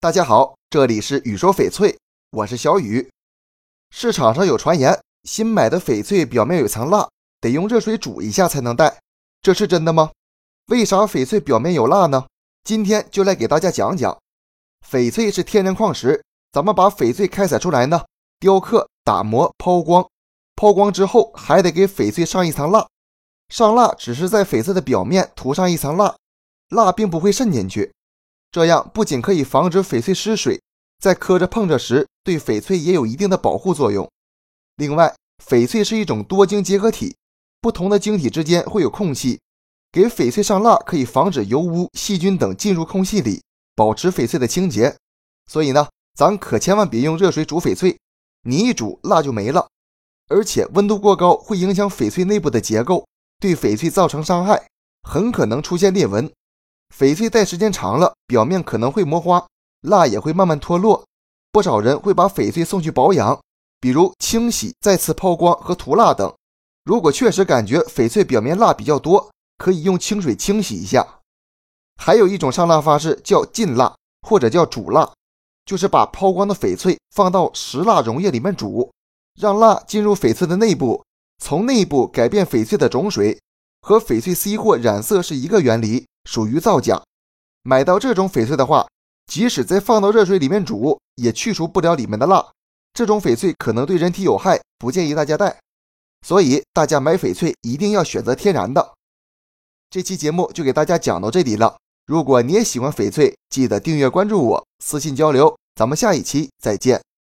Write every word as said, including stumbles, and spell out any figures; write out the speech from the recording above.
大家好，这里是雨说翡翠，我是小雨。市场上有传言，新买的翡翠表面有层蜡，得用热水煮一下才能戴，这是真的吗？为啥翡翠表面有蜡呢？今天就来给大家讲讲。翡翠是天然矿石，咱们把翡翠开采出来呢，雕刻、打磨、抛光，抛光之后还得给翡翠上一层蜡。上蜡只是在翡翠的表面涂上一层蜡，蜡并不会渗进去。这样不仅可以防止翡翠失水，在磕着碰着时对翡翠也有一定的保护作用。另外，翡翠是一种多晶结合体，不同的晶体之间会有空隙，给翡翠上蜡可以防止油污、细菌等进入空隙里，保持翡翠的清洁。所以呢，咱可千万别用热水煮翡翠，你一煮蜡就没了。而且温度过高会影响翡翠内部的结构，对翡翠造成伤害，很可能出现裂纹。翡翠戴时间长了，表面可能会磨花，蜡也会慢慢脱落。不少人会把翡翠送去保养，比如清洗、再次抛光和涂蜡等。如果确实感觉翡翠表面蜡比较多，可以用清水清洗一下。还有一种上蜡方式叫浸蜡，或者叫煮蜡，就是把抛光的翡翠放到石蜡溶液里面煮，让蜡进入翡翠的内部，从内部改变翡翠的种水，和翡翠 C 货染色是一个原理，属于造假。买到这种翡翠的话，即使再放到热水里面煮，也去除不了里面的蜡，这种翡翠可能对人体有害，不建议大家戴。所以大家买翡翠一定要选择天然的。这期节目就给大家讲到这里了，如果你也喜欢翡翠，记得订阅关注我，私信交流，咱们下一期再见。